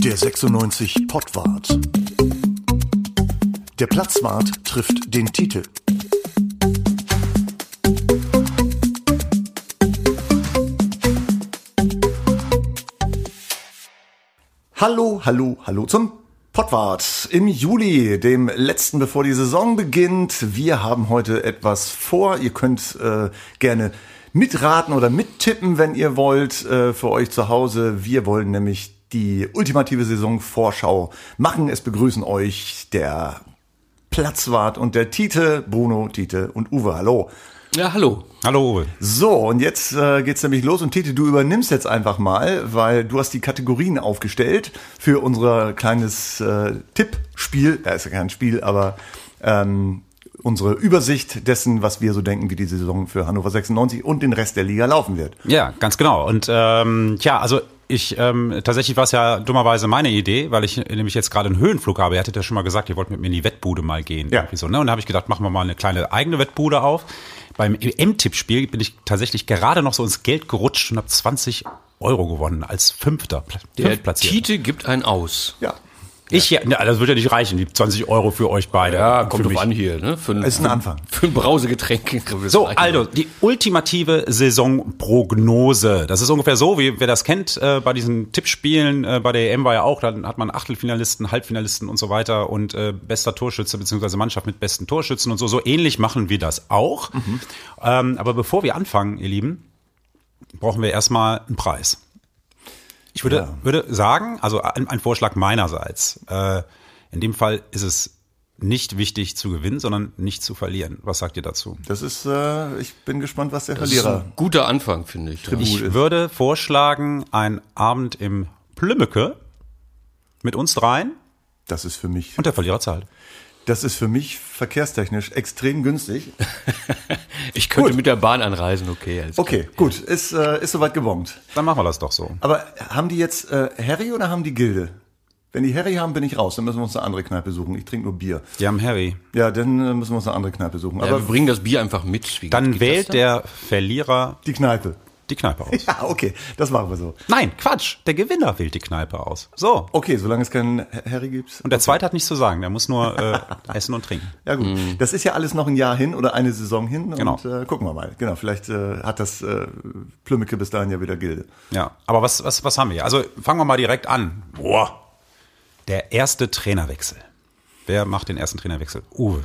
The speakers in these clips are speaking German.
Der 96 Pottwart. Der Platzwart trifft den Titel. Hallo zum Pottwart im Juli, dem letzten, bevor die Saison beginnt. Wir haben heute etwas vor. Ihr könnt gerne mitraten oder mittippen, wenn ihr wollt, für euch zu Hause. Wir wollen nämlich die ultimative Saisonvorschau machen. Es begrüßen euch der Platzwart und der Tite, Bruno, Tite und Uwe. Hallo. Ja, hallo. Hallo Uwe. So, und jetzt geht's nämlich los. Und Tite, du übernimmst jetzt einfach mal, weil du hast die Kategorien aufgestellt für unser kleines Tippspiel. Ist ja kein Spiel, aber unsere Übersicht dessen, was wir so denken, wie die Saison für Hannover 96 und den Rest der Liga laufen wird. Ja, ganz genau. Und also tatsächlich war es ja dummerweise meine Idee, weil ich nämlich jetzt gerade einen Höhenflug habe. Ihr hattet ja schon mal gesagt, ihr wollt mit mir in die Wettbude mal gehen. Ja. So, ne? Und da habe ich gedacht, machen wir mal eine kleine eigene Wettbude auf. Beim EM-Tippspiel bin ich tatsächlich gerade noch so ins Geld gerutscht und habe 20 € gewonnen als Fünfter. Der Tite gibt einen aus. Ja. Das wird ja nicht reichen, die 20 € für euch beide. Ja, kommt drauf an hier. Ne? Ist ein Anfang. Für ein Brausegetränk. So, also die ultimative Saisonprognose. Das ist ungefähr so, wie wer das kennt bei diesen Tippspielen. Bei der EM war ja auch, dann hat man Achtelfinalisten, Halbfinalisten und so weiter und bester Torschütze beziehungsweise Mannschaft mit besten Torschützen und so. So ähnlich machen wir das auch. Mhm. Aber bevor wir anfangen, ihr Lieben, brauchen wir erstmal einen Preis. Ich würde sagen, also ein Vorschlag meinerseits, in dem Fall ist es nicht wichtig zu gewinnen, sondern nicht zu verlieren. Was sagt ihr dazu? Das ist, ich bin gespannt, was der Das Verlierer. ist ein guter Anfang, finde ich. Ich würde vorschlagen, einen Abend im Plümmeke mit uns dreien. Das ist für mich. Und der Verlierer zahlt. Das ist für mich verkehrstechnisch extrem günstig. Ich könnte mit der Bahn anreisen, okay. Okay, gut, ist soweit gebongt. Dann machen wir das doch so. Aber haben die jetzt Harry oder haben die Gilde? Wenn die Harry haben, bin ich raus. Dann müssen wir uns eine andere Kneipe suchen. Ich trinke nur Bier. Die haben Harry. Ja, dann müssen wir uns eine andere Kneipe suchen. Ja, aber wir bringen das Bier einfach mit. Dann wählt der Verlierer die Kneipe aus. Ja, okay, das machen wir so. Nein, Quatsch. Der Gewinner wählt die Kneipe aus. So. Okay, solange es keinen Harry gibt. Und der Zweite hat nichts zu sagen. Der muss nur essen und trinken. Ja gut, Das ist ja alles noch ein Jahr hin oder eine Saison hin. Genau. Und gucken wir mal. Genau, vielleicht hat das Plümmeke bis dahin ja wieder Gilde. Ja, aber was haben wir hier? Also fangen wir mal direkt an. Boah. Der erste Trainerwechsel. Wer macht den ersten Trainerwechsel? Uwe.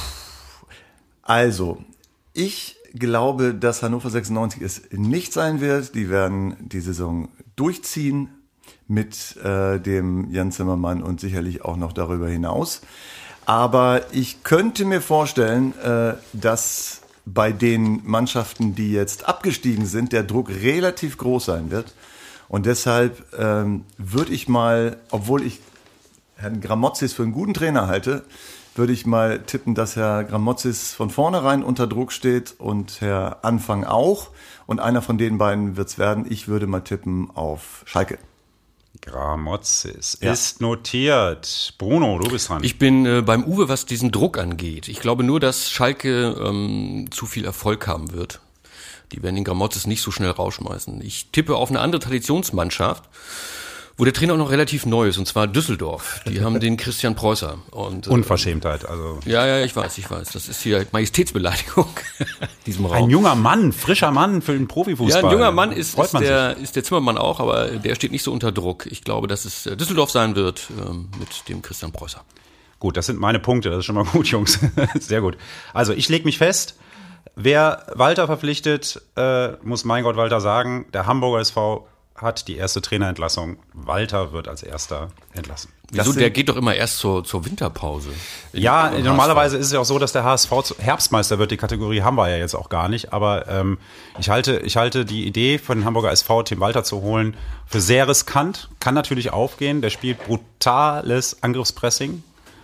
Also, ich glaube, dass Hannover 96 es nicht sein wird. Die werden die Saison durchziehen mit dem Jan Zimmermann und sicherlich auch noch darüber hinaus. Aber ich könnte mir vorstellen, dass bei den Mannschaften, die jetzt abgestiegen sind, der Druck relativ groß sein wird. Und deshalb würde ich mal, obwohl ich Herrn Gramotzis für einen guten Trainer halte, würde ich mal tippen, dass Herr Gramotzis von vornherein unter Druck steht und Herr Anfang auch. Und einer von den beiden wird's werden. Ich würde mal tippen auf Schalke. Gramotzis ist notiert. Bruno, du bist dran. Ich bin beim Uwe, was diesen Druck angeht. Ich glaube nur, dass Schalke zu viel Erfolg haben wird. Die werden den Gramotzis nicht so schnell rausschmeißen. Ich tippe auf eine andere Traditionsmannschaft, wo der Trainer auch noch relativ neu ist, und zwar Düsseldorf. Die haben den Christian Preußer. Und, Unverschämtheit, also. Ja, ich weiß. Das ist hier Majestätsbeleidigung in diesem Raum. Ein junger Mann, frischer Mann für den Profifußball. Ja, ein junger Mann ist der Zimmermann auch, aber der steht nicht so unter Druck. Ich glaube, dass es Düsseldorf sein wird mit dem Christian Preußer. Gut, das sind meine Punkte. Das ist schon mal gut, Jungs. Sehr gut. Also, ich lege mich fest. Wer Walter verpflichtet, muss mein Gott Walter sagen, der Hamburger SV hat die erste Trainerentlassung. Walter wird als erster entlassen. Wieso? Der geht doch immer erst zur Winterpause. Ja, normalerweise ist es ja auch so, dass der HSV Herbstmeister wird. Die Kategorie haben wir ja jetzt auch gar nicht. Aber ich halte die Idee von Hamburger SV, Tim Walter zu holen, für sehr riskant. Kann natürlich aufgehen. Der spielt brutales Angriffspressing.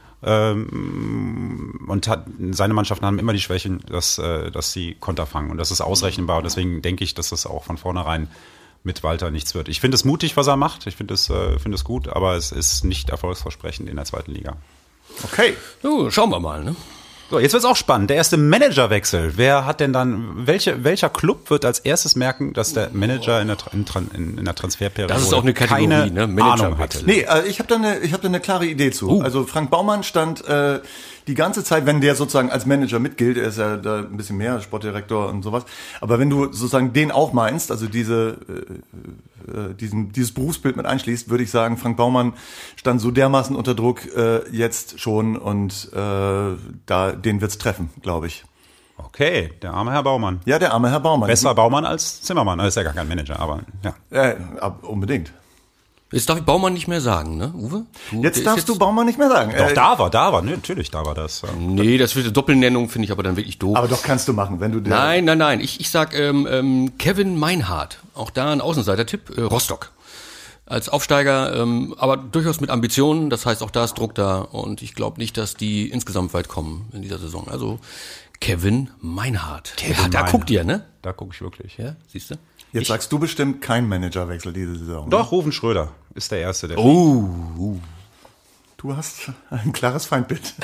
Und seine Mannschaften haben immer die Schwächen, dass sie Konter fangen. Und das ist ausrechenbar. Und deswegen denke ich, dass das auch von vornherein mit Walter nichts wird. Ich finde es mutig, was er macht. Ich finde es gut, aber es ist nicht erfolgsversprechend in der zweiten Liga. Okay. So, schauen wir mal, ne? So, jetzt wird's auch spannend. Der erste Managerwechsel. Wer hat denn dann, welcher Club wird als erstes merken, dass der Manager in der Transferperiode Das ist auch eine Kategorie, keine ne? Ahnung hat? Nee, ich habe da eine klare Idee zu. Also Frank Baumann stand die ganze Zeit, wenn der sozusagen als Manager mitgilt, er ist ja da ein bisschen mehr Sportdirektor und sowas, aber wenn du sozusagen den auch meinst, also dieses Berufsbild mit einschließt, würde ich sagen, Frank Baumann stand so dermaßen unter Druck jetzt schon und den wird's treffen, glaube ich. Okay, der arme Herr Baumann. Ja, der arme Herr Baumann. Besser Baumann als Zimmermann. Er ist ja gar kein Manager, aber ja. Unbedingt. Jetzt darf ich Baumann nicht mehr sagen, ne, Uwe? Jetzt darfst du Baumann nicht mehr sagen. Doch, da war, natürlich, da war das. Nee, das für die Doppelnennung finde ich aber dann wirklich doof. Aber doch kannst du machen, wenn du Nein. Ich sag Kevin Meinhardt. Auch da ein Außenseiter-Tipp. Rostock. Als Aufsteiger, aber durchaus mit Ambitionen. Das heißt, auch da ist Druck da. Und ich glaube nicht, dass die insgesamt weit kommen in dieser Saison. Also Kevin Meinhardt. Da guckt ihr, ne? Da gucke ich wirklich. Ja, siehst du? Jetzt sagst du bestimmt kein Managerwechsel diese Saison. Doch, Ruven Schröder ist der Erste. Der Du hast ein klares Feindbild.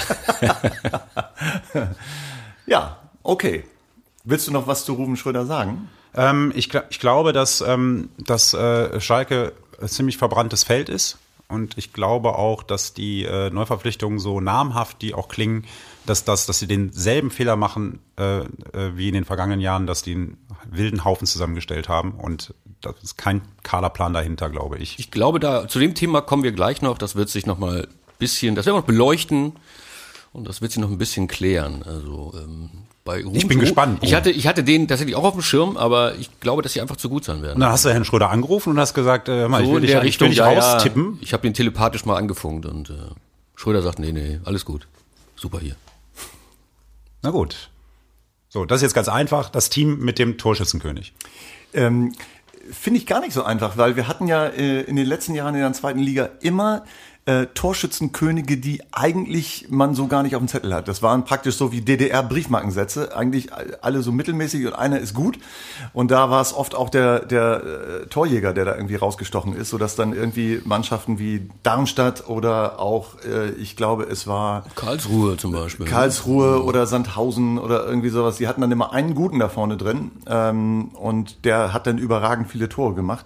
Ja, okay. Willst du noch was zu Ruven Schröder sagen? Ich glaube, dass Schalke ein ziemlich verbranntes Feld ist. Und ich glaube auch, dass die Neuverpflichtungen so namhaft, die auch klingen, dass sie denselben Fehler machen wie in den vergangenen Jahren, dass die einen wilden Haufen zusammengestellt haben. Und das ist kein Kaderplan dahinter, glaube ich. Ich glaube, zu dem Thema kommen wir gleich noch. Das wird sich noch mal ein bisschen, das werden wir noch beleuchten. Und das wird sich noch ein bisschen klären. Also bei Ruben, ich bin gespannt. Ich hatte den tatsächlich auch auf dem Schirm, aber ich glaube, dass sie einfach zu gut sein werden. Und dann hast du Herrn Schröder angerufen und hast gesagt, ich will dich ja, raustippen. Ich habe den telepathisch mal angefunkt und Schröder sagt, nee, alles gut. Super hier. Na gut. So, das ist jetzt ganz einfach. Das Team mit dem Torschützenkönig. Finde ich gar nicht so einfach, weil wir hatten ja in den letzten Jahren in der zweiten Liga immer Torschützenkönige, die eigentlich man so gar nicht auf dem Zettel hat. Das waren praktisch so wie DDR-Briefmarkensätze, eigentlich alle so mittelmäßig und einer ist gut. Und da war es oft auch der Torjäger, der da irgendwie rausgestochen ist, sodass dann irgendwie Mannschaften wie Darmstadt oder auch, ich glaube, es war Karlsruhe zum Beispiel. Karlsruhe oder Sandhausen oder irgendwie sowas, die hatten dann immer einen guten da vorne drin und der hat dann überragend viele Tore gemacht.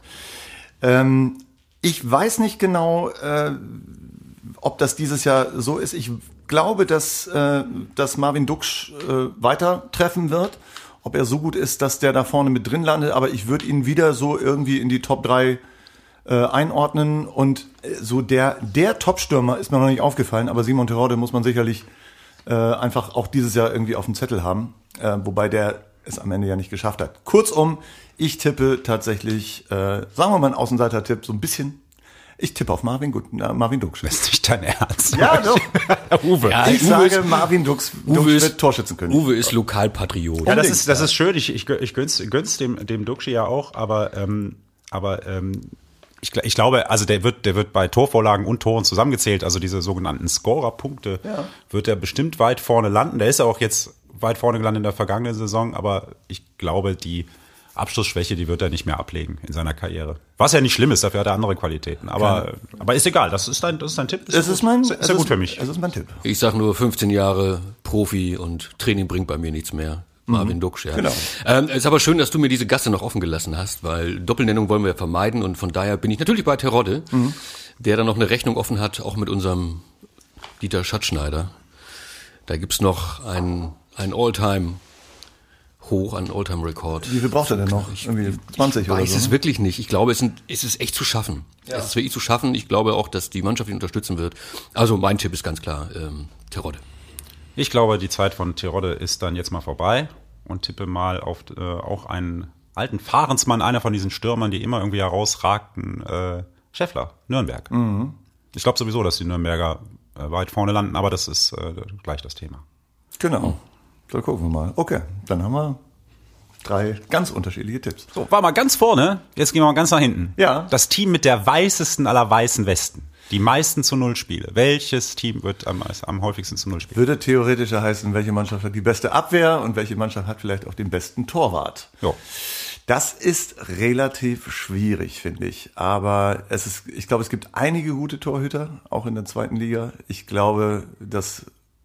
Ich weiß nicht genau, ob das dieses Jahr so ist. Ich glaube, dass Marvin Duksch weiter treffen wird. Ob er so gut ist, dass der da vorne mit drin landet. Aber ich würde ihn wieder so irgendwie in die Top 3 einordnen. Und so der Top-Stürmer ist mir noch nicht aufgefallen. Aber Simon Terodde muss man sicherlich einfach auch dieses Jahr irgendwie auf dem Zettel haben. Wobei der es am Ende ja nicht geschafft hat. Kurzum, ich tippe tatsächlich, sagen wir mal einen Außenseiter-Tipp, so ein bisschen. Ich tippe auf Marvin Duksch. Das ist nicht dein Ernst. Ja, doch. Uwe. Ja, ich sage, Marvin Duksch wird Torschützenkönig. Uwe ist Lokalpatriot. Ja, das ist schön. Ich gönn's dem Duksch ja auch, aber ich glaube, also der wird bei Torvorlagen und Toren zusammengezählt, also diese sogenannten Scorer-Punkte, wird er bestimmt weit vorne landen. Der ist ja auch jetzt weit vorne gelandet in der vergangenen Saison, aber ich glaube, die Abschlussschwäche, die wird er nicht mehr ablegen in seiner Karriere. Was ja nicht schlimm ist, dafür hat er andere Qualitäten. Aber ist egal, das ist dein Tipp. Es ist mein gut für mich. Es ist mein Tipp. Ich sag nur 15 Jahre Profi und Training bringt bei mir nichts mehr. Marvin Duksch, ja. Genau. Ist aber schön, dass du mir diese Gasse noch offen gelassen hast, weil Doppelnennung wollen wir ja vermeiden und von daher bin ich natürlich bei Terodde, der dann noch eine Rechnung offen hat, auch mit unserem Dieter Schatzschneider. Da gibt's noch ein All-Time einen All-Time-Rekord. Wie viel braucht er denn noch? Irgendwie 20 oder so? Ich weiß es wirklich nicht. Ich glaube, es ist echt zu schaffen. Ja. Es ist wirklich zu schaffen. Ich glaube auch, dass die Mannschaft ihn unterstützen wird. Also mein Tipp ist ganz klar, Terodde. Ich glaube, die Zeit von Terodde ist dann jetzt mal vorbei und tippe mal auf auch einen alten Fahrensmann, einer von diesen Stürmern, die immer irgendwie herausragten, Scheffler, Nürnberg. Ich glaube sowieso, dass die Nürnberger weit vorne landen, aber das ist gleich das Thema. Genau. Dann gucken wir mal. Okay, dann haben wir 3 ganz unterschiedliche Tipps. So, war mal ganz vorne, jetzt gehen wir mal ganz nach hinten. Ja. Das Team mit der weißesten aller weißen Westen. Die meisten zu 0 Spiele. Welches Team wird am häufigsten zu 0 spielen? Würde theoretisch heißen, welche Mannschaft hat die beste Abwehr und welche Mannschaft hat vielleicht auch den besten Torwart. Jo. Das ist relativ schwierig, finde ich. Aber ich glaube, es gibt einige gute Torhüter, auch in der zweiten Liga. Ich glaube, dass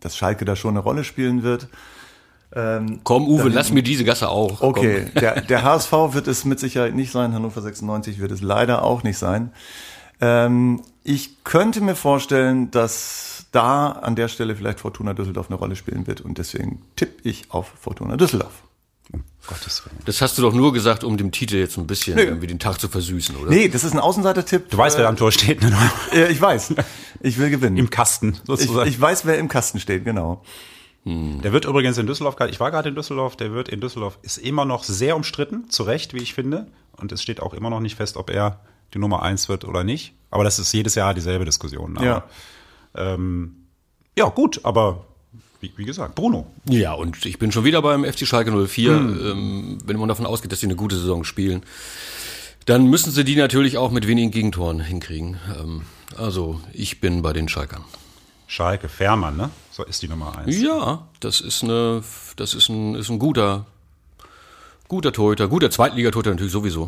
dass Schalke da schon eine Rolle spielen wird. Komm, Uwe, lass mir diese Gasse auch. Okay, der HSV wird es mit Sicherheit nicht sein, Hannover 96 wird es leider auch nicht sein. Ich könnte mir vorstellen, dass da an der Stelle vielleicht Fortuna Düsseldorf eine Rolle spielen wird und deswegen tippe ich auf Fortuna Düsseldorf. Gottes Willen. Das hast du doch nur gesagt, um dem Titel jetzt ein bisschen irgendwie den Tag zu versüßen, oder? Nee, das ist ein Außenseiter-Tipp. Du weißt, wer am Tor steht, ne? Ich weiß. Ich will gewinnen. Im Kasten, sozusagen. Ich weiß, wer im Kasten steht, genau. Der wird übrigens in Düsseldorf, ich war gerade in Düsseldorf, ist immer noch sehr umstritten, zu Recht, wie ich finde. Und es steht auch immer noch nicht fest, ob er die Nummer 1 wird oder nicht. Aber das ist jedes Jahr dieselbe Diskussion. Aber, ja, gut, aber wie gesagt, Bruno. Ja, und ich bin schon wieder beim FC Schalke 04. Wenn man davon ausgeht, dass sie eine gute Saison spielen, dann müssen sie die natürlich auch mit wenigen Gegentoren hinkriegen. Also ich bin bei den Schalkern. Schalke, Fährmann, ne? So ist die Nummer 1. Ja, das ist ein guter Torhüter, guter Zweitligatorhüter natürlich sowieso.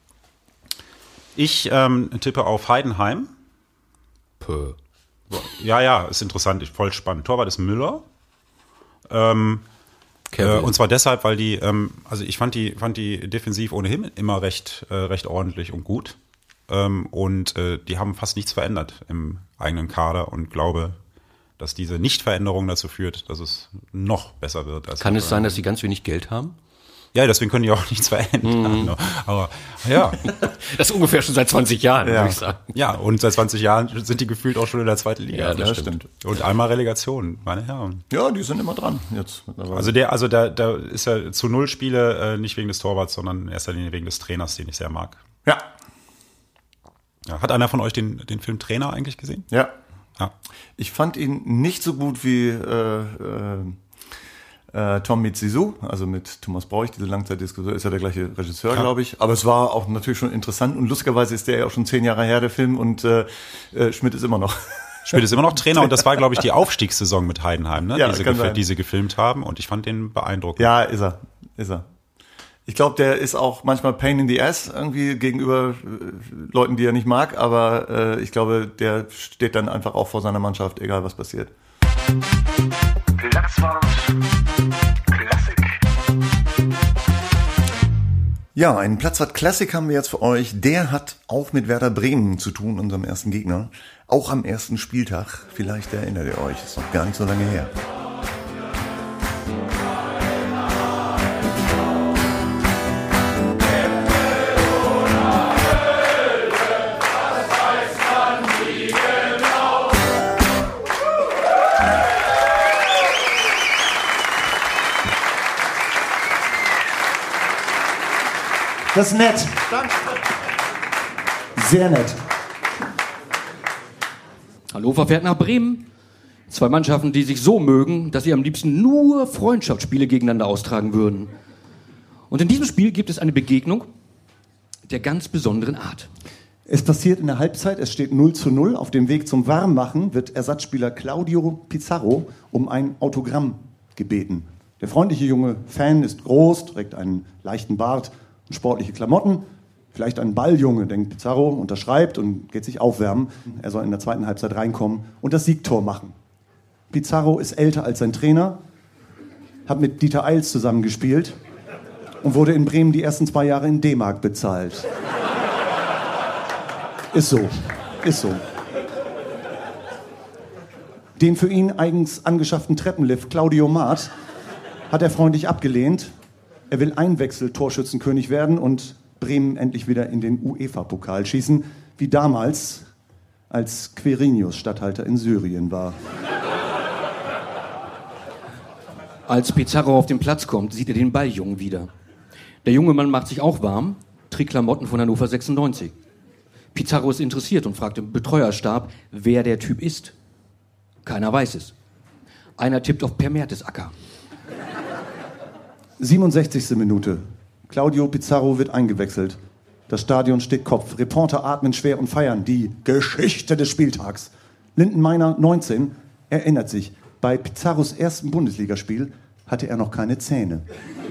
Ich tippe auf Heidenheim. Ja, ist interessant, voll spannend. Torwart ist Müller. Und zwar deshalb, weil die, also ich fand die defensiv ohnehin immer recht ordentlich und gut. Und die haben fast nichts verändert im eigenen Kader und glaube, dass diese Nichtveränderung dazu führt, dass es noch besser wird. Kann es sein, dass sie ganz wenig Geld haben? Ja, deswegen können die auch nichts verändern. Aber ja. Das ist ungefähr schon seit 20 Jahren, würde ich sagen. Ja, und seit 20 Jahren sind die gefühlt auch schon in der zweiten Liga. Ja, das stimmt. Und einmal Relegation, meine Herren. Ja, die sind immer dran jetzt. Also da ist ja zu 0 Spiele nicht wegen des Torwarts, sondern in erster Linie wegen des Trainers, den ich sehr mag. Ja. Hat einer von euch den Film Trainer eigentlich gesehen? Ja. Ich fand ihn nicht so gut wie Tom mit Zizou, also mit Thomas Bräuch, diese Langzeitdiskussion, ist ja der gleiche Regisseur, glaube ich. Aber es war auch natürlich schon interessant und lustigerweise ist der ja auch schon 10 Jahre her, der Film, und Schmidt ist immer noch. Schmidt ist immer noch Trainer und das war, glaube ich, die Aufstiegssaison mit Heidenheim, ne? Ja, die sie gefilmt haben und ich fand den beeindruckend. Ja, ist er. Ich glaube, der ist auch manchmal Pain in the Ass irgendwie gegenüber Leuten, die er nicht mag, aber ich glaube, der steht dann einfach auch vor seiner Mannschaft, egal was passiert. Platzwart Klassik. Ja, einen Platzwart Klassik haben wir jetzt für euch. Der hat auch mit Werder Bremen zu tun, unserem ersten Gegner. Auch am ersten Spieltag. Vielleicht erinnert ihr euch, ist noch gar nicht so lange her. Das ist nett. Sehr nett. Hannover fährt nach Bremen. 2 Mannschaften, die sich so mögen, dass sie am liebsten nur Freundschaftsspiele gegeneinander austragen würden. Und in diesem Spiel gibt es eine Begegnung der ganz besonderen Art. Es passiert in der Halbzeit, es steht 0:0. Auf dem Weg zum Warmmachen wird Ersatzspieler Claudio Pizarro um ein Autogramm gebeten. Der freundliche junge Fan ist groß, trägt einen leichten Bart und sportliche Klamotten. Vielleicht ein Balljunge, denkt Pizarro, unterschreibt und geht sich aufwärmen. Er soll in der zweiten Halbzeit reinkommen und das Siegtor machen. Pizarro ist älter als sein Trainer, hat mit Dieter Eils zusammengespielt und wurde in Bremen die ersten 2 Jahre in D-Mark bezahlt. Ist so. Den für ihn eigens angeschafften Treppenlift Claudio Maat hat er freundlich abgelehnt. Er will Einwechsel-Torschützenkönig werden und Bremen endlich wieder in den UEFA-Pokal schießen, wie damals, als Quirinius Statthalter in Syrien war. Als Pizarro auf den Platz kommt, sieht er den Balljungen wieder. Der junge Mann macht sich auch warm, trägt Klamotten von Hannover 96. Pizarro ist interessiert und fragt im Betreuerstab, wer der Typ ist. Keiner weiß es. Einer tippt auf Per Mertesacker. 67. Minute. Claudio Pizarro wird eingewechselt. Das Stadion steht Kopf. Reporter atmen schwer und feiern die Geschichte des Spieltags. Lindenmeiner, 19, erinnert sich, bei Pizarros ersten Bundesligaspiel hatte er noch keine Zähne.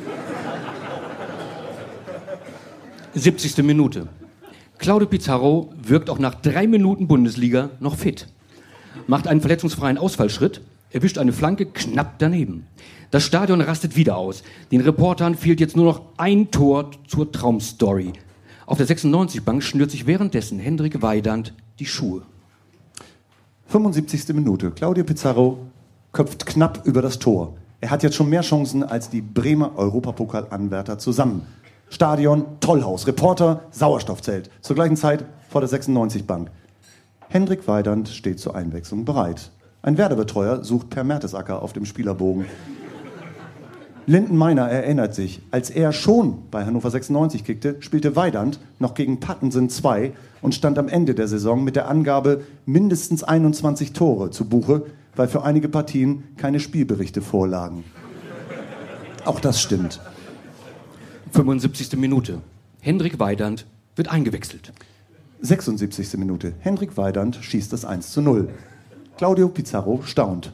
70. Minute. Claudio Pizarro wirkt auch nach 3 Minuten Bundesliga noch fit. Macht einen verletzungsfreien Ausfallschritt Er wischt eine Flanke knapp daneben. Das Stadion rastet wieder aus. Den Reportern fehlt jetzt nur noch ein Tor zur Traumstory. Auf der 96-Bank schnürt sich währenddessen Hendrik Weidand die Schuhe. 75. Minute. Claudio Pizarro köpft knapp über das Tor. Er hat jetzt schon mehr Chancen als die Bremer Europapokalanwärter zusammen. Stadion, Tollhaus, Reporter, Sauerstoffzelt. Zur gleichen Zeit vor der 96-Bank. Hendrik Weidand steht zur Einwechslung bereit. Ein Werder-Betreuer sucht Per Mertesacker auf dem Spielerbogen. Linden Meiner erinnert sich, als er schon bei Hannover 96 kickte, spielte Weidand noch gegen Pattensen 2 und stand am Ende der Saison mit der Angabe mindestens 21 Tore zu Buche, weil für einige Partien keine Spielberichte vorlagen. Auch das stimmt. 75. Minute. Hendrik Weidand wird eingewechselt. 76. Minute. Hendrik Weidand schießt das 1:0. Claudio Pizarro staunt.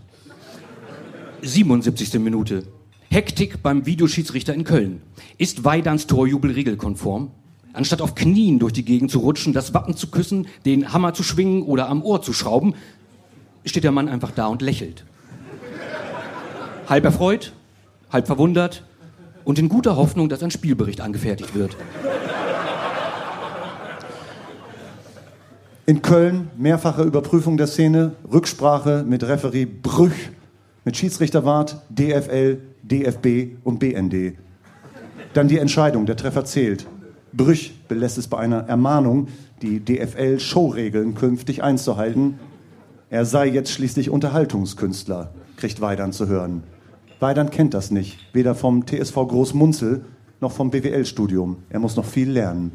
77. Minute. Hektik beim Videoschiedsrichter in Köln. Ist Weidands Torjubel regelkonform? Anstatt auf Knien durch die Gegend zu rutschen, das Wappen zu küssen, den Hammer zu schwingen oder am Ohr zu schrauben, steht der Mann einfach da und lächelt. Halb erfreut, halb verwundert und in guter Hoffnung, dass ein Spielbericht angefertigt wird. In Köln mehrfache Überprüfung der Szene, Rücksprache mit Referee Brüch, mit Schiedsrichterwart, DFL, DFB und BND. Dann die Entscheidung, der Treffer zählt. Brüch belässt es bei einer Ermahnung, die DFL-Showregeln künftig einzuhalten. Er sei jetzt schließlich Unterhaltungskünstler, kriegt Weidand zu hören. Weidand kennt das nicht, weder vom TSV Großmunzel noch vom BWL-Studium. Er muss noch viel lernen.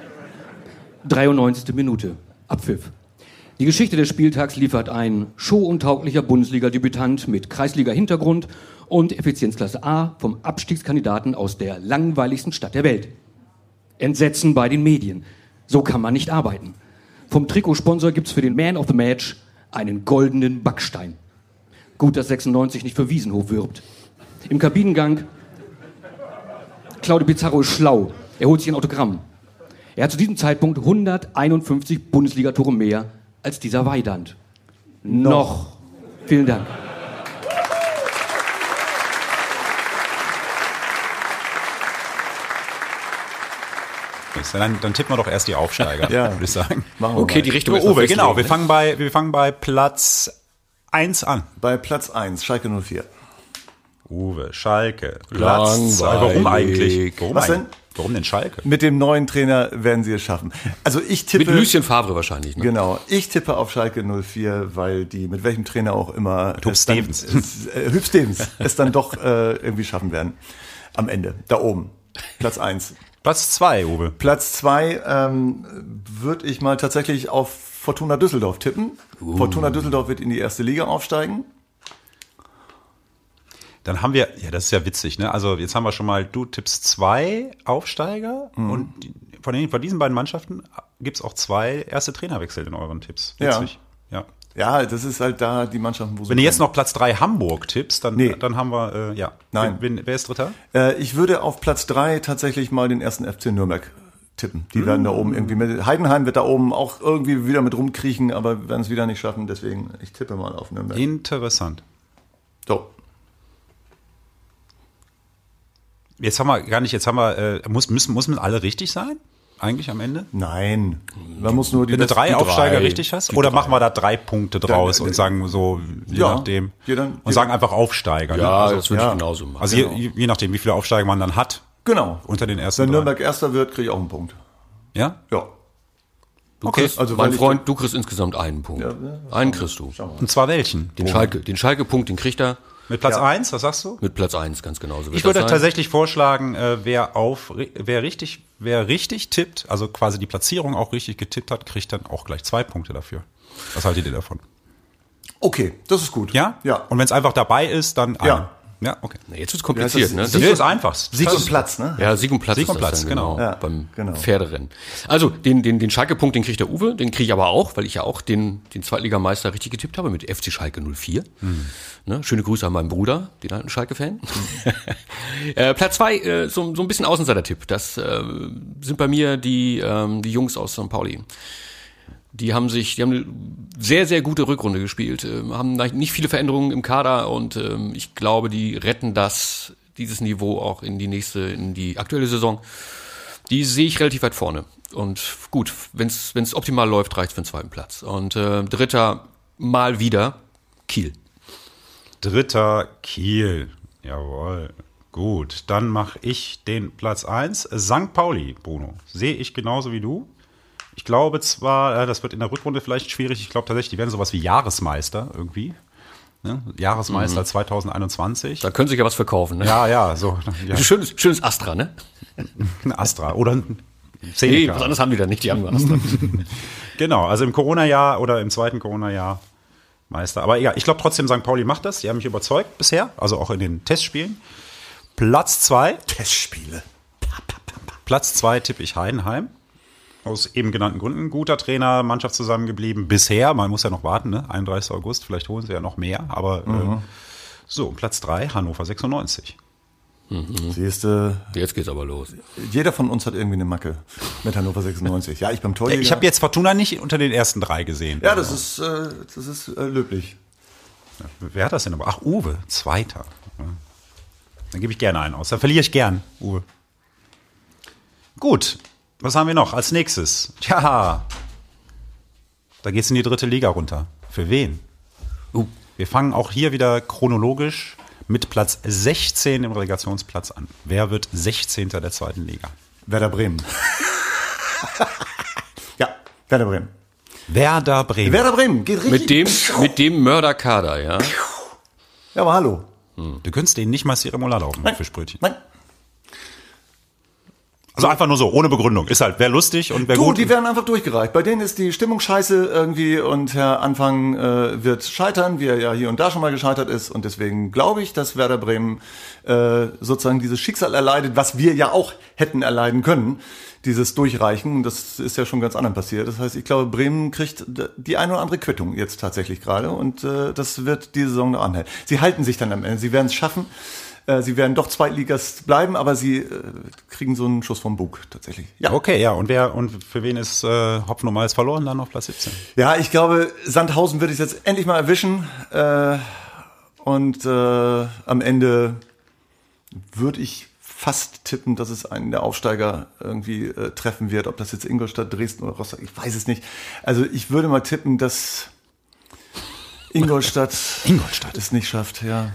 93. Minute. Abpfiff. Die Geschichte des Spieltags liefert ein showuntauglicher Bundesliga-Debütant mit Kreisliga-Hintergrund und Effizienzklasse A vom Abstiegskandidaten aus der langweiligsten Stadt der Welt. Entsetzen bei den Medien. So kann man nicht arbeiten. Vom Trikotsponsor gibt's für den Man of the Match einen goldenen Backstein. Gut, dass 96 nicht für Wiesenhof wirbt. Im Kabinengang, Claudio Pizarro ist schlau. Er holt sich ein Autogramm. Er hat zu diesem Zeitpunkt 151 Bundesligatore mehr als dieser Weidand. Noch. Vielen Dank. Dann tippen wir doch erst die Aufsteiger, Ja. würde ich sagen. Machen wir Okay, mal. die Richtung ist noch Uwe, genau. festlegen, Wir fangen bei Platz 1 an. Bei Platz 1, Schalke 04. Uwe, Schalke. Platz 2. Langweilig. Warum eigentlich? Was denn? Warum denn Schalke? Mit dem neuen Trainer werden sie es schaffen. Also ich tippe... Mit Lucien Favre wahrscheinlich. Ne? Genau, ich tippe auf Schalke 04, weil die mit welchem Trainer auch immer Hüb Stevens. Hüb Stevens es dann doch irgendwie schaffen werden. Am Ende, da oben, Platz 1. Platz 2, Uwe. Platz 2 würde ich mal tatsächlich auf Fortuna Düsseldorf tippen. Fortuna Düsseldorf wird in die erste Liga aufsteigen. Dann haben wir, ja, das ist ja witzig, ne? Also jetzt haben wir schon mal, du tippst 2 Aufsteiger und von diesen beiden Mannschaften gibt's auch 2 erste Trainerwechsel in euren Tipps. Witzig. Ja. Ja, das ist halt da die Mannschaften, wo sie Wenn du jetzt noch Platz 3 Hamburg tippst, dann, Nee. dann haben wir, ja. Nein. Wer ist Dritter? Ich würde auf Platz 3 tatsächlich mal den ersten FC Nürnberg tippen. Die werden da oben irgendwie mit. Heidenheim wird da oben auch irgendwie wieder mit rumkriechen, aber werden es wieder nicht schaffen. Deswegen, ich tippe mal auf Nürnberg. Interessant. So. Müssen alle richtig sein? Eigentlich am Ende? Nein. Man muss nur die Wenn du 3 die Aufsteiger drei. richtig hast? Oder machen wir da 3 Punkte draus und sagen so, je Ja, nachdem. jeder- und sagen einfach Aufsteiger. Ne? Ja, Also, das würde ich ja. genauso machen. also je nachdem, wie viele Aufsteiger man dann hat. Genau. Unter den ersten Wenn 3. Nürnberg Erster wird, kriege ich auch einen Punkt. Ja? Ja. Du Okay, kriegst, also weil mein ich- Freund, du kriegst insgesamt einen Punkt. einen kriegst du. Und zwar welchen? Den Schalke-Punkt, den kriegt er Mit Platz 1, was sagst du? mit Platz 1, ganz genauso. Ich würde tatsächlich vorschlagen, wer richtig tippt, also quasi die Platzierung auch richtig getippt hat, kriegt dann auch gleich 2 Punkte dafür. Was haltet ihr davon? Okay, das ist gut. Ja? Ja. Und wenn es einfach dabei ist, dann Ja. einen. Ja, okay. Na, jetzt wird's kompliziert, Ja, ne? das Das ist einfach. Sieg und Platz, ne? Ja, Sieg und Platz Sieg ist und das Platz, dann, genau. Ja, beim genau. Pferderennen. Also, den Schalke-Punkt, den kriegt der Uwe, den kriege ich aber auch, weil ich ja auch den Zweitligameister richtig getippt habe mit FC Schalke 04. Ne? Schöne Grüße an meinen Bruder, den alten Schalke-Fan. Platz 2, so ein bisschen Außenseiter-Tipp. Das sind bei mir die Jungs aus St. Pauli. Die haben eine sehr, sehr gute Rückrunde gespielt, haben nicht viele Veränderungen im Kader und ich glaube, die retten dieses Niveau auch in die aktuelle Saison. Die sehe ich relativ weit vorne. Und gut, wenn es optimal läuft, reicht es für den zweiten Platz. Und dritter mal wieder Kiel. Dritter Kiel. Jawohl. Gut, dann mache ich den Platz 1. St. Pauli, Bruno. Sehe ich genauso wie du. Ich glaube zwar, das wird in der Rückrunde vielleicht schwierig. Ich glaube tatsächlich, die werden sowas wie Jahresmeister irgendwie. Ne? Jahresmeister 2021. Da können sie sich ja was verkaufen. Ne? Ja, so. Ja. Schönes Astra, ne? Ein Astra oder ein Nee, Seneca. was anderes haben die da nicht, die haben Astra. Genau, also im Corona-Jahr oder im zweiten Corona-Jahr Meister. Aber egal, ich glaube trotzdem, St. Pauli macht das. Die haben mich überzeugt bisher, also auch in den Testspielen. Platz 2. Testspiele. Platz 2 tippe ich Heidenheim. Aus eben genannten Gründen. Guter Trainer, Mannschaft zusammengeblieben. Bisher, man muss ja noch warten, ne? 31. August, vielleicht holen sie ja noch mehr. Aber so, Platz 3, Hannover 96. Siehst du, Jetzt geht's aber los. jeder von uns hat irgendwie eine Macke mit Hannover 96. Ja, ich beim Torjäger. Ich habe jetzt Fortuna nicht unter den ersten 3 gesehen. Ja, das ist löblich. Wer hat das denn aber? Ach, Uwe, Zweiter. Ja. Dann gebe ich gerne einen aus. Dann verliere ich gern, Uwe. Gut, was haben wir noch als nächstes? Tja, da geht's in die 3. Liga runter. Für wen? Wir fangen auch hier wieder chronologisch mit Platz 16 im Relegationsplatz an. Wer wird 16. der 2. Liga? Werder Bremen. Ja, Werder Bremen. Werder Bremen. Werder Bremen geht richtig. Mit dem Mörderkader, ja. Ja, aber hallo. Du könntest denen nicht mal Remoulade auf dem Fischbrötchen. Nein. Also einfach nur so, ohne Begründung. Ist halt, wer lustig und wer Du, gut. die werden einfach durchgereicht. Bei denen ist die Stimmung scheiße irgendwie und Herr Anfang wird scheitern, wie er ja hier und da schon mal gescheitert ist. Und deswegen glaube ich, dass Werder Bremen sozusagen dieses Schicksal erleidet, was wir ja auch hätten erleiden können, dieses Durchreichen. Das ist ja schon ganz anderen passiert. Das heißt, ich glaube, Bremen kriegt die eine oder andere Quittung jetzt tatsächlich gerade und das wird die Saison noch anhalten. Sie halten sich dann am Ende. Sie werden es schaffen. Sie werden doch Zweitligast bleiben, aber sie kriegen so einen Schuss vom Bug tatsächlich. Ja. Okay, ja. Und für wen ist Hopfen und Malz verloren dann auf Platz 17? Ja, ich glaube, Sandhausen wird es jetzt endlich mal erwischen. Und am Ende würde ich fast tippen, dass es einen der Aufsteiger irgendwie treffen wird. Ob das jetzt Ingolstadt, Dresden oder Rostock, ich weiß es nicht. Also ich würde mal tippen, dass Ingolstadt es nicht schafft, ja.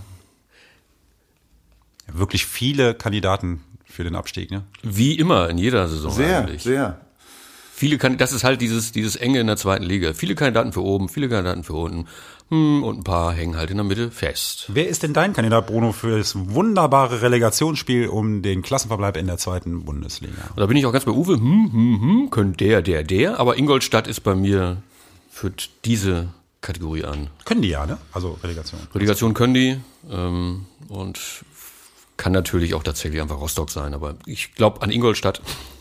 Wirklich viele Kandidaten für den Abstieg, ne? Wie immer in jeder Saison Sehr, eigentlich. sehr. Das ist halt dieses Enge in der 2. Liga. Viele Kandidaten für oben, viele Kandidaten für unten. Und ein paar hängen halt in der Mitte fest. Wer ist denn dein Kandidat, Bruno, für das wunderbare Relegationsspiel um den Klassenverbleib in der 2. Bundesliga? Und da bin ich auch ganz bei Uwe. Können der. Aber Ingolstadt ist bei mir, führt diese Kategorie an. Können die ja, ne? Also Relegation. Relegation können die. Und kann natürlich auch tatsächlich einfach Rostock sein. Aber ich glaube an Ingolstadt.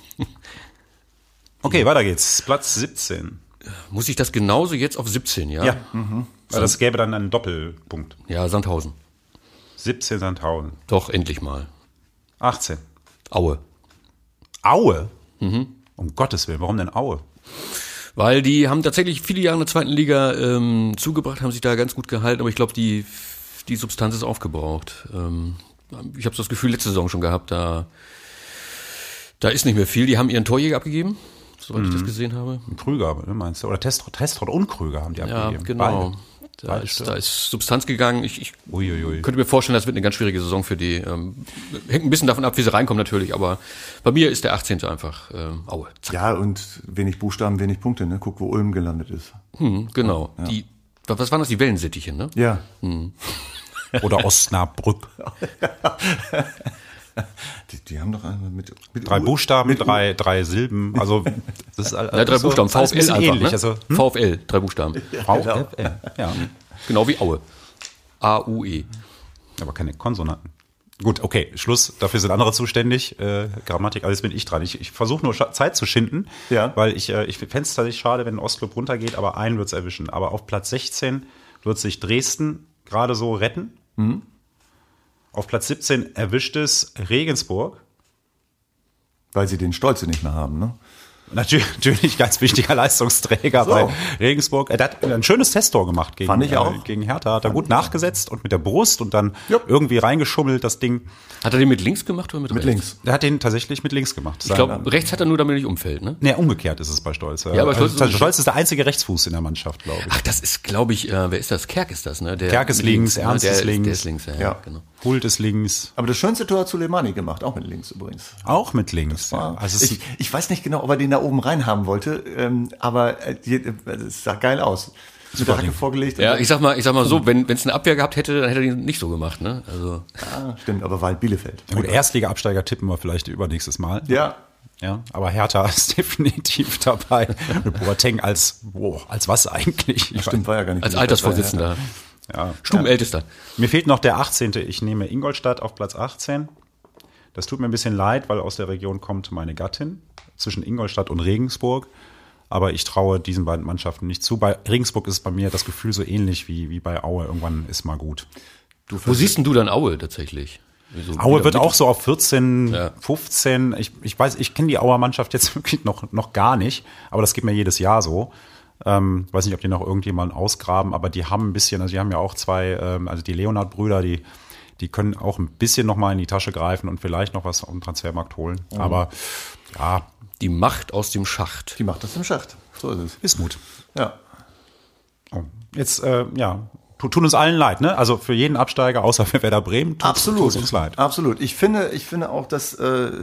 Okay, weiter geht's. Platz 17. Muss ich das genauso jetzt auf 17, ja? Ja. Weil das gäbe dann einen Doppelpunkt. Ja, Sandhausen. 17 Sandhausen. Doch, endlich mal. 18. Aue. Aue? Um Gottes Willen, warum denn Aue? Weil die haben tatsächlich viele Jahre in der 2. Liga zugebracht, haben sich da ganz gut gehalten, aber ich glaube, die Substanz ist aufgebraucht. Ich habe so das Gefühl, letzte Saison schon gehabt, da ist nicht mehr viel. Die haben ihren Torjäger abgegeben, soweit ich das gesehen habe. Krüger, meinst du? Oder Testrot und Krüger haben die abgegeben. Ja, genau. Beide. Da ist Substanz gegangen. Ich Uiuiui. könnte mir vorstellen, das wird eine ganz schwierige Saison für die. Hängt ein bisschen davon ab, wie sie reinkommen natürlich, aber bei mir ist der 18. einfach Aue. Zack. Ja, und wenig Buchstaben, wenig Punkte, ne? Guck, wo Ulm gelandet ist. Genau. Ja. Was waren das? Die Wellensittiche, ne? Ja. Oder Osnabrück. Die haben doch einmal mit 3 Buchstaben, mit drei Silben. Also das ist Ja, 3 Buchstaben. alles VfL ein bisschen einfach, ähnlich. ne? Also, VfL, 3 Buchstaben. VfL, ja. Genau wie Aue. AUE. Aber keine Konsonanten. Gut, okay, Schluss. Dafür sind andere zuständig. Grammatik, alles bin ich dran. Ich versuche nur Zeit zu schinden, Ja. weil ich fände es tatsächlich schade, wenn ein Ostclub runtergeht, aber einen wird es erwischen. Aber auf Platz 16 wird sich Dresden gerade so retten. Auf Platz 17 erwischt es Regensburg. Weil sie den Stolze nicht mehr haben, ne? Natürlich ganz wichtiger Leistungsträger bei Regensburg. Er hat ein schönes Testtor gemacht Fand ich auch. gegen Hertha. Hat er gut nachgesetzt und mit der Brust und dann irgendwie reingeschummelt, das Ding. Hat er den mit links gemacht oder mit rechts? links. Er hat den tatsächlich mit links gemacht. Ich glaube, rechts hat er nur, damit er nicht umfällt, ne? Nee, umgekehrt ist es bei Stolz. Ja, aber Stolz ist der einzige Rechtsfuß in der Mannschaft, glaube ich. Ach, das ist, glaube ich, wer ist das? Kerk ist das, ne? Kerk ist links, ne? Ernst ist links. Der ist links, Ja. genau. Hult ist links. Aber das schönste Tor hat Suleimani gemacht, auch mit links übrigens. Auch mit links. Ja. Also Ich weiß nicht genau, ob er den da oben rein haben wollte, aber es sah geil aus. Mit der Hacke vorgelegt. Ja, ich sag mal so, wenn es eine Abwehr gehabt hätte, dann hätte er den nicht so gemacht, ne? Also. Ja, stimmt, aber war halt Bielefeld. Gut, Erstliga-Absteiger tippen wir vielleicht übernächstes Mal. Ja. Ja, aber Hertha ist definitiv dabei. Mit Boateng als was eigentlich? Stimmt, war ja gar nicht. Als Altersvorsitzender. Ja. Stubenältester. Mir fehlt noch der 18. Ich nehme Ingolstadt auf Platz 18. Das tut mir ein bisschen leid, weil aus der Region kommt meine Gattin. Zwischen Ingolstadt und Regensburg. Aber ich traue diesen beiden Mannschaften nicht zu. Bei Regensburg ist bei mir das Gefühl so ähnlich wie bei Aue. Irgendwann ist mal gut. Wo siehst denn du dann Aue tatsächlich? So Aue wird auch so auf 14, Ja. 15. Ich weiß, ich kenne die Auer Mannschaft jetzt wirklich noch gar nicht. Aber das geht mir jedes Jahr so. Weiß nicht, ob die noch irgendjemanden ausgraben. Aber die haben ein bisschen, also die haben ja auch zwei, also die Leonhard-Brüder, die können auch ein bisschen noch mal in die Tasche greifen und vielleicht noch was auf dem Transfermarkt holen. Aber ja, die Macht aus dem Schacht. Die macht das im Schacht. So ist es. Wismut. Ja. Oh. Jetzt, tut uns allen leid, ne? Also für jeden Absteiger, außer für Werder Bremen, tut es uns leid. Absolut. Ich finde auch, dass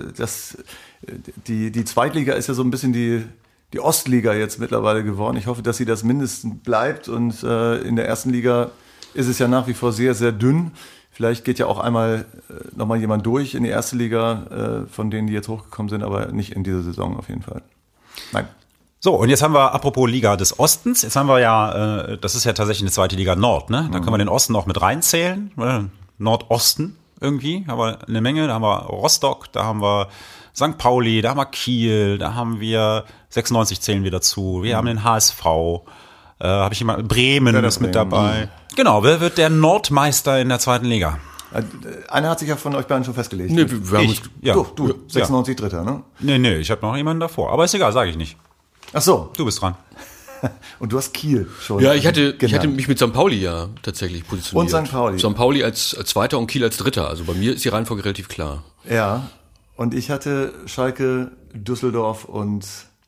die Zweitliga ist ja so ein bisschen die Ostliga jetzt mittlerweile geworden. Ich hoffe, dass sie das mindestens bleibt. Und in der ersten Liga ist es ja nach wie vor sehr, sehr dünn. Vielleicht geht ja auch einmal nochmal jemand durch in die erste Liga, von denen, die jetzt hochgekommen sind, aber nicht in dieser Saison auf jeden Fall. Nein. So, und jetzt haben wir, apropos Liga des Ostens, jetzt haben wir ja, das ist ja tatsächlich eine zweite Liga Nord, ne? Da können wir den Osten auch mit reinzählen. Nordosten irgendwie, haben wir eine Menge. Da haben wir Rostock, da haben wir St. Pauli, da haben wir Kiel, da haben wir 96 zählen wir dazu. Wir haben den HSV, habe ich jemand, Bremen ist mit dabei. Genau, wer wird der Nordmeister in der zweiten Liga? Einer hat sich ja von euch beiden schon festgelegt. Nee, wir haben uns, Du, 96 Dritter, ne? Nee, ich habe noch jemanden davor. Aber ist egal, sage ich nicht. Ach so. Du bist dran. Und du hast Kiel schon. ja, ich hatte genannt. mich mit St. Pauli ja tatsächlich positioniert. Und St. Pauli. St. Pauli als Zweiter und Kiel als Dritter. Also bei mir ist die Reihenfolge relativ klar. Ja. Und ich hatte Schalke, Düsseldorf und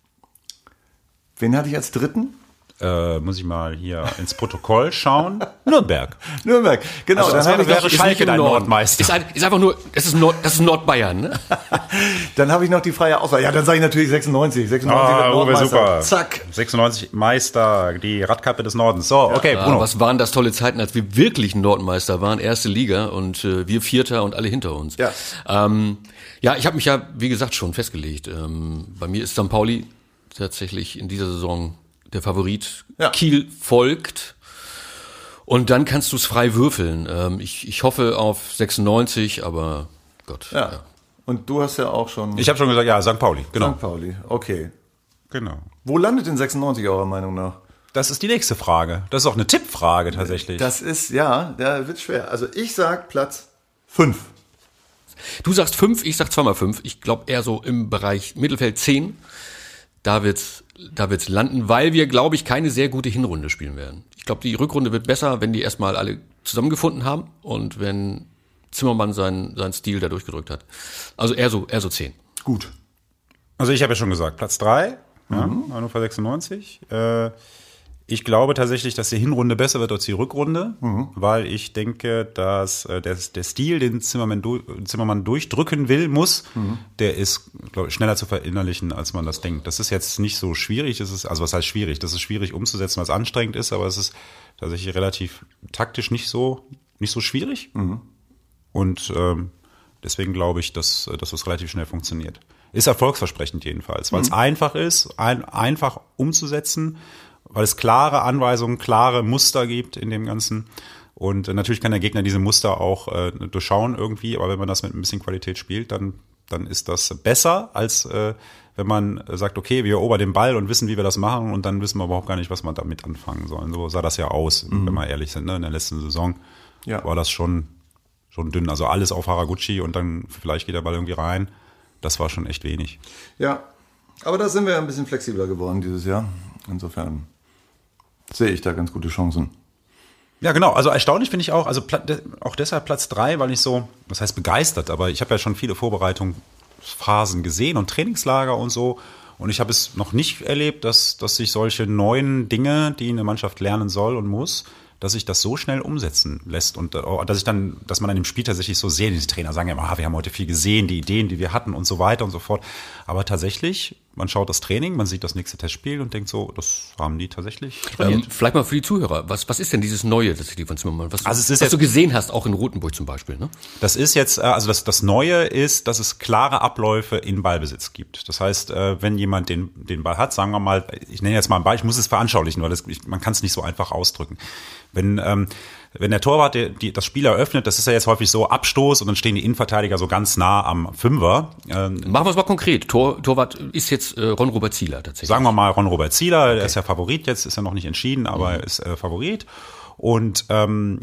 wen hatte ich als Dritten? Muss ich mal hier ins Protokoll schauen. Nürnberg. Nürnberg, genau. Also dann habe ich, wäre noch- Schalke dein Norden. Nordmeister. Ist einfach nur, das ist Nordbayern, ne? dann habe ich noch die freie Auswahl. Ja, dann sage ich natürlich 96. 96 wird Nordmeister. super. Zack. 96 Meister, die Radkappe des Nordens. So, okay, Ja, Bruno. was waren das tolle Zeiten, als wir wirklich Nordmeister waren, erste Liga und wir Vierter und alle hinter uns. Ja. Ja, ich habe mich ja, wie gesagt, schon festgelegt. Bei mir ist St. Pauli tatsächlich in dieser Saison der Favorit. Ja. Kiel folgt. Und dann kannst du es frei würfeln. Ich hoffe auf 96, aber Gott. Ja. Und du hast ja auch schon Ich habe schon gesagt, ja, St. Pauli, genau. St. Pauli. Okay. Genau. Wo landet denn 96 eurer Meinung nach? Das ist die nächste Frage. Das ist auch eine Tippfrage tatsächlich. Das ist, ja, da wird schwer. Also ich sag Platz 5. Du sagst 5, ich sag 2x5. Ich glaube eher so im Bereich Mittelfeld 10. Da wird's landen, weil wir, glaube ich, keine sehr gute Hinrunde spielen werden. Ich glaube, die Rückrunde wird besser, wenn die erstmal alle zusammengefunden haben und wenn Zimmermann seinen Stil da durchgedrückt hat. Also eher so 10. Gut. Also ich habe ja schon gesagt, Platz 3, Hannover 96. Ich glaube tatsächlich, dass die Hinrunde besser wird als die Rückrunde, weil ich denke, dass der Stil, den Zimmermann durchdrücken muss, der ist, glaube ich, schneller zu verinnerlichen, als man das denkt. Das ist jetzt nicht so schwierig. Also was heißt schwierig? Das ist schwierig umzusetzen, weil es anstrengend ist, aber es ist tatsächlich relativ taktisch nicht so schwierig. Und deswegen glaube ich, dass das relativ schnell funktioniert. Ist erfolgsversprechend jedenfalls, weil es einfach ist, einfach umzusetzen, weil es klare Anweisungen, klare Muster gibt in dem Ganzen. Und natürlich kann der Gegner diese Muster auch durchschauen irgendwie, aber wenn man das mit ein bisschen Qualität spielt, dann ist das besser, als wenn man sagt, okay, wir erobern den Ball und wissen, wie wir das machen und dann wissen wir überhaupt gar nicht, was wir damit anfangen sollen. So sah das ja aus, wenn wir ehrlich sind, ne? In der letzten Saison war das schon dünn. Also alles auf Haraguchi und dann vielleicht geht der Ball irgendwie rein. Das war schon echt wenig. Ja, Aber da sind wir ein bisschen flexibler geworden dieses Jahr. Insofern sehe ich da ganz gute Chancen. Ja, genau. Also erstaunlich finde ich auch, also auch deshalb Platz 3, weil ich so, was heißt begeistert, aber ich habe ja schon viele Vorbereitungsphasen gesehen und Trainingslager und so. Und ich habe es noch nicht erlebt, dass sich solche neuen Dinge, die eine Mannschaft lernen soll und muss, dass sich das so schnell umsetzen lässt und dass man an dem Spiel tatsächlich so sehen, die Trainer sagen ja immer, wir haben heute viel gesehen, die Ideen, die wir hatten und so weiter und so fort. Aber tatsächlich, man schaut das Training, man sieht das nächste Testspiel und denkt so, das haben die tatsächlich trainiert. Vielleicht mal für die Zuhörer, was ist denn dieses Neue, das von Zimmermann, was jetzt, du gesehen hast, auch in Rotenburg zum Beispiel, ne? Das ist jetzt, also das Neue ist, dass es klare Abläufe in Ballbesitz gibt. Das heißt, wenn jemand den Ball hat, sagen wir mal, ich nenne jetzt mal ein Beispiel, ich muss es veranschaulichen, weil man kann es nicht so einfach ausdrücken. Wenn der Torwart das Spiel eröffnet, das ist ja jetzt häufig so Abstoß und dann stehen die Innenverteidiger so ganz nah am Fünfer. Machen wir es mal konkret. Torwart ist jetzt Ron-Robert Zieler tatsächlich. Sagen wir mal Ron-Robert Zieler, okay. Der ist ja Favorit jetzt, ist ja noch nicht entschieden, aber er ist Favorit. Und dann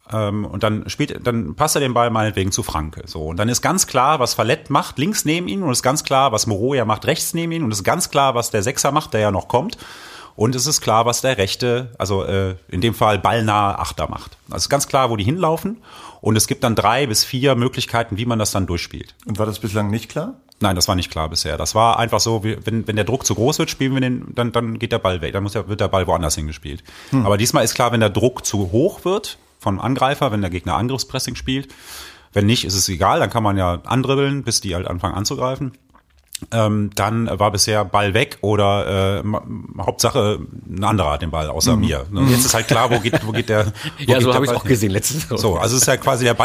passt er den Ball meinetwegen zu Franke. So. Und dann ist ganz klar, was Fallett macht, links neben ihm, und ist ganz klar, was Moroja macht, rechts neben ihm, und ist ganz klar, was der Sechser macht, der ja noch kommt. Und es ist klar, was der rechte, also in dem Fall ballnahe Achter macht. Also es ist ganz klar, wo die hinlaufen. Und es gibt dann 3 bis 4 Möglichkeiten, wie man das dann durchspielt. Und war das bislang nicht klar? Nein, das war nicht klar bisher. Das war einfach so, wenn der Druck zu groß wird, spielen wir dann geht der Ball weg. Dann wird der Ball woanders hingespielt. Aber diesmal ist klar, wenn der Druck zu hoch wird vom Angreifer, wenn der Gegner Angriffspressing spielt. Wenn nicht, ist es egal, dann kann man ja andribbeln, bis die halt anfangen anzugreifen. Dann war bisher Ball weg oder Hauptsache ein anderer hat den Ball außer mir. Jetzt ist halt klar, wo geht der. Ja, so habe ich es auch gesehen letztes Mal. So, also es ist ja quasi der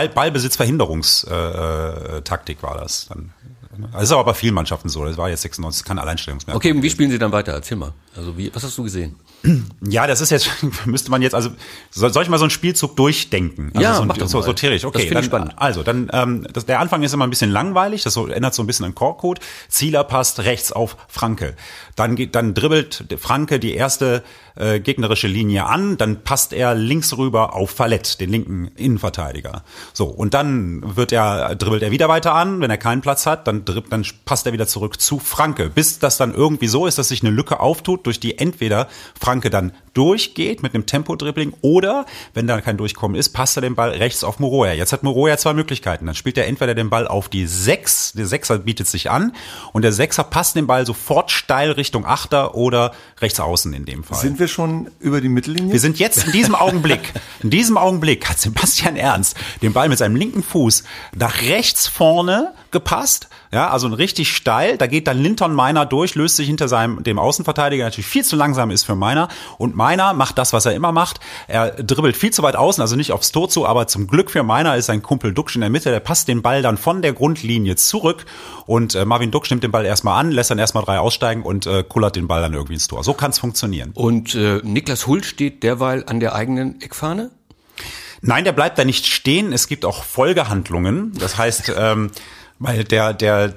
Ballbesitzverhinderungstaktik war das dann. Das ist aber bei vielen Mannschaften so. Das war jetzt 96, kein Alleinstellungsmerkmal. Okay, und wie spielen Sie dann weiter? Erzähl mal. Also was hast du gesehen? Ja, das ist jetzt, müsste man jetzt, also soll ich mal so einen Spielzug durchdenken? Also ja, mach doch mal. So theoretisch. Okay, das finde ich spannend. Also, der Anfang ist immer ein bisschen langweilig, das ändert so ein bisschen an Korkcode. Zieler passt rechts auf Franke. Dann dribbelt Franke die erste gegnerische Linie an, dann passt er links rüber auf Fallett, den linken Innenverteidiger. So, und dann dribbelt er wieder weiter an, wenn er keinen Platz hat, dann passt er wieder zurück zu Franke, bis das dann irgendwie so ist, dass sich eine Lücke auftut, durch die entweder Franke dann durchgeht mit einem Tempo-Dribbling oder, wenn da kein Durchkommen ist, passt er den Ball rechts auf Moroja. Jetzt hat Moroja 2 Möglichkeiten. Dann spielt er entweder den Ball auf die 6, der Sechser bietet sich an und der Sechser passt den Ball sofort steil Richtung Achter oder rechts außen in dem Fall. Sind wir schon über die Mittellinie? Wir sind jetzt in diesem Augenblick hat Sebastian Ernst den Ball mit seinem linken Fuß nach rechts vorne gepasst, ja, also richtig steil, da geht dann Linton Meiner durch, löst sich hinter dem Außenverteidiger, natürlich viel zu langsam ist für Meiner und Meiner macht das, was er immer macht, er dribbelt viel zu weit außen, also nicht aufs Tor zu, aber zum Glück für Meiner ist sein Kumpel Duxch in der Mitte, der passt den Ball dann von der Grundlinie zurück und Marvin Duxch nimmt den Ball erstmal an, lässt dann erstmal 3 aussteigen und kullert den Ball dann irgendwie ins Tor. So kann es funktionieren. Und Niklas Hult steht derweil an der eigenen Eckfahne? Nein, der bleibt da nicht stehen, es gibt auch Folgehandlungen, das heißt, weil der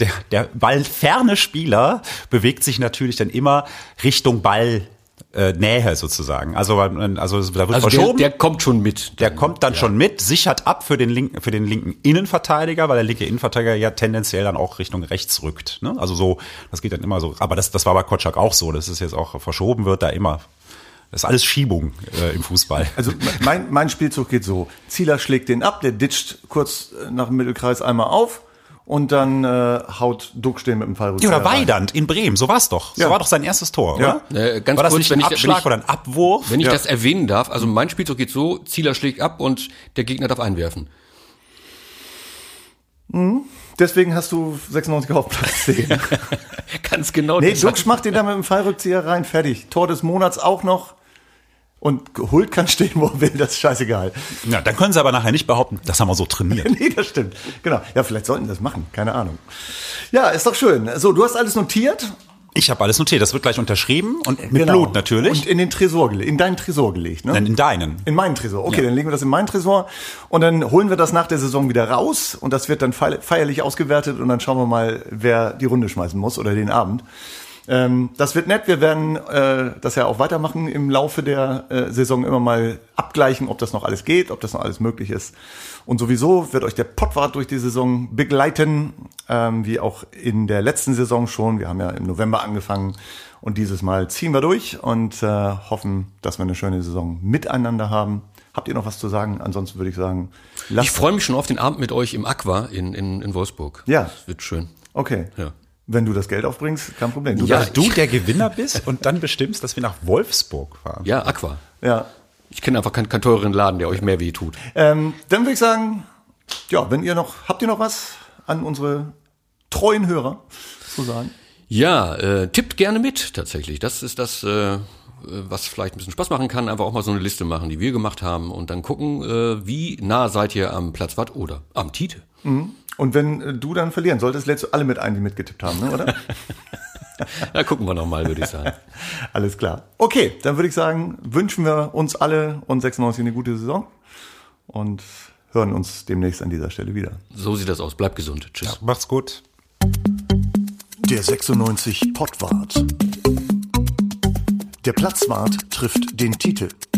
ballferne Spieler bewegt sich natürlich dann immer Richtung Ball Nähe sozusagen. Also da wird verschoben. Der kommt schon mit. Der kommt dann schon mit, sichert ab für den linken Innenverteidiger, weil der linke Innenverteidiger ja tendenziell dann auch Richtung rechts rückt. Ne? Also so, das geht dann immer so. Aber das war bei Kotschak auch so. Das ist jetzt auch verschoben wird da immer. Das ist alles Schiebung im Fußball. Also mein Spielzug geht so. Zieler schlägt den ab, der ditcht kurz nach dem Mittelkreis einmal auf und dann haut Duxch den mit dem Fallrückzieher oder Weidand in Bremen, so war's doch. So war doch sein erstes Tor, oder? Ganz war das kurz, nicht ein Abschlag oder ein Abwurf? Wenn ich das erwähnen darf, also mein Spielzug geht so, Zieler schlägt ab und der Gegner darf einwerfen. Deswegen hast du 96 auf Platz 10. Ganz genau. Nee, Duxch macht den da mit dem Fallrückzieher rein, fertig. Tor des Monats auch noch. Und Hult kann stehen, wo er will, das ist scheißegal. Ja, dann können sie aber nachher nicht behaupten, das haben wir so trainiert. Nee, das stimmt. Genau. Ja, vielleicht sollten sie das machen, keine Ahnung. Ja, ist doch schön. So, du hast alles notiert? Ich habe alles notiert, das wird gleich unterschrieben und mit Blut natürlich. Und in deinen Tresor gelegt, ne? Nein, in deinen. In meinen Tresor. Okay, Dann legen wir das in meinen Tresor und dann holen wir das nach der Saison wieder raus und das wird dann feierlich ausgewertet und dann schauen wir mal, wer die Runde schmeißen muss oder den Abend. Das wird nett. Wir werden das ja auch weitermachen im Laufe der Saison, immer mal abgleichen, ob das noch alles geht, ob das noch alles möglich ist. Und sowieso wird euch der Pottwart durch die Saison begleiten, wie auch in der letzten Saison schon. Wir haben ja im November angefangen und dieses Mal ziehen wir durch und hoffen, dass wir eine schöne Saison miteinander haben. Habt ihr noch was zu sagen? Ansonsten würde ich sagen, ich freue mich schon auf den Abend mit euch im Aqua in Wolfsburg. Ja. Das wird schön. Okay. Ja. Wenn du das Geld aufbringst, kein Problem. Dass du der Gewinner bist und dann bestimmst, dass wir nach Wolfsburg fahren. Ja, Aqua. Ja. Ich kenne einfach keinen teureren Laden, der euch mehr weh tut. Dann würde ich sagen, ja, habt ihr noch was an unsere treuen Hörer zu sagen? Ja, tippt gerne mit, tatsächlich. Das ist das, was vielleicht ein bisschen Spaß machen kann. Einfach auch mal so eine Liste machen, die wir gemacht haben und dann gucken, wie nah seid ihr am Platzwart oder am Tite. Mhm. Und wenn du dann verlieren solltest, lädst du alle mit ein, die mitgetippt haben, ne, oder? Da gucken wir nochmal, würde ich sagen. Alles klar. Okay, dann würde ich sagen, wünschen wir uns alle und 96 eine gute Saison und hören uns demnächst an dieser Stelle wieder. So sieht das aus. Bleibt gesund. Tschüss. Ja, macht's gut. Der 96 Pottwart. Der Platzwart trifft den Titel.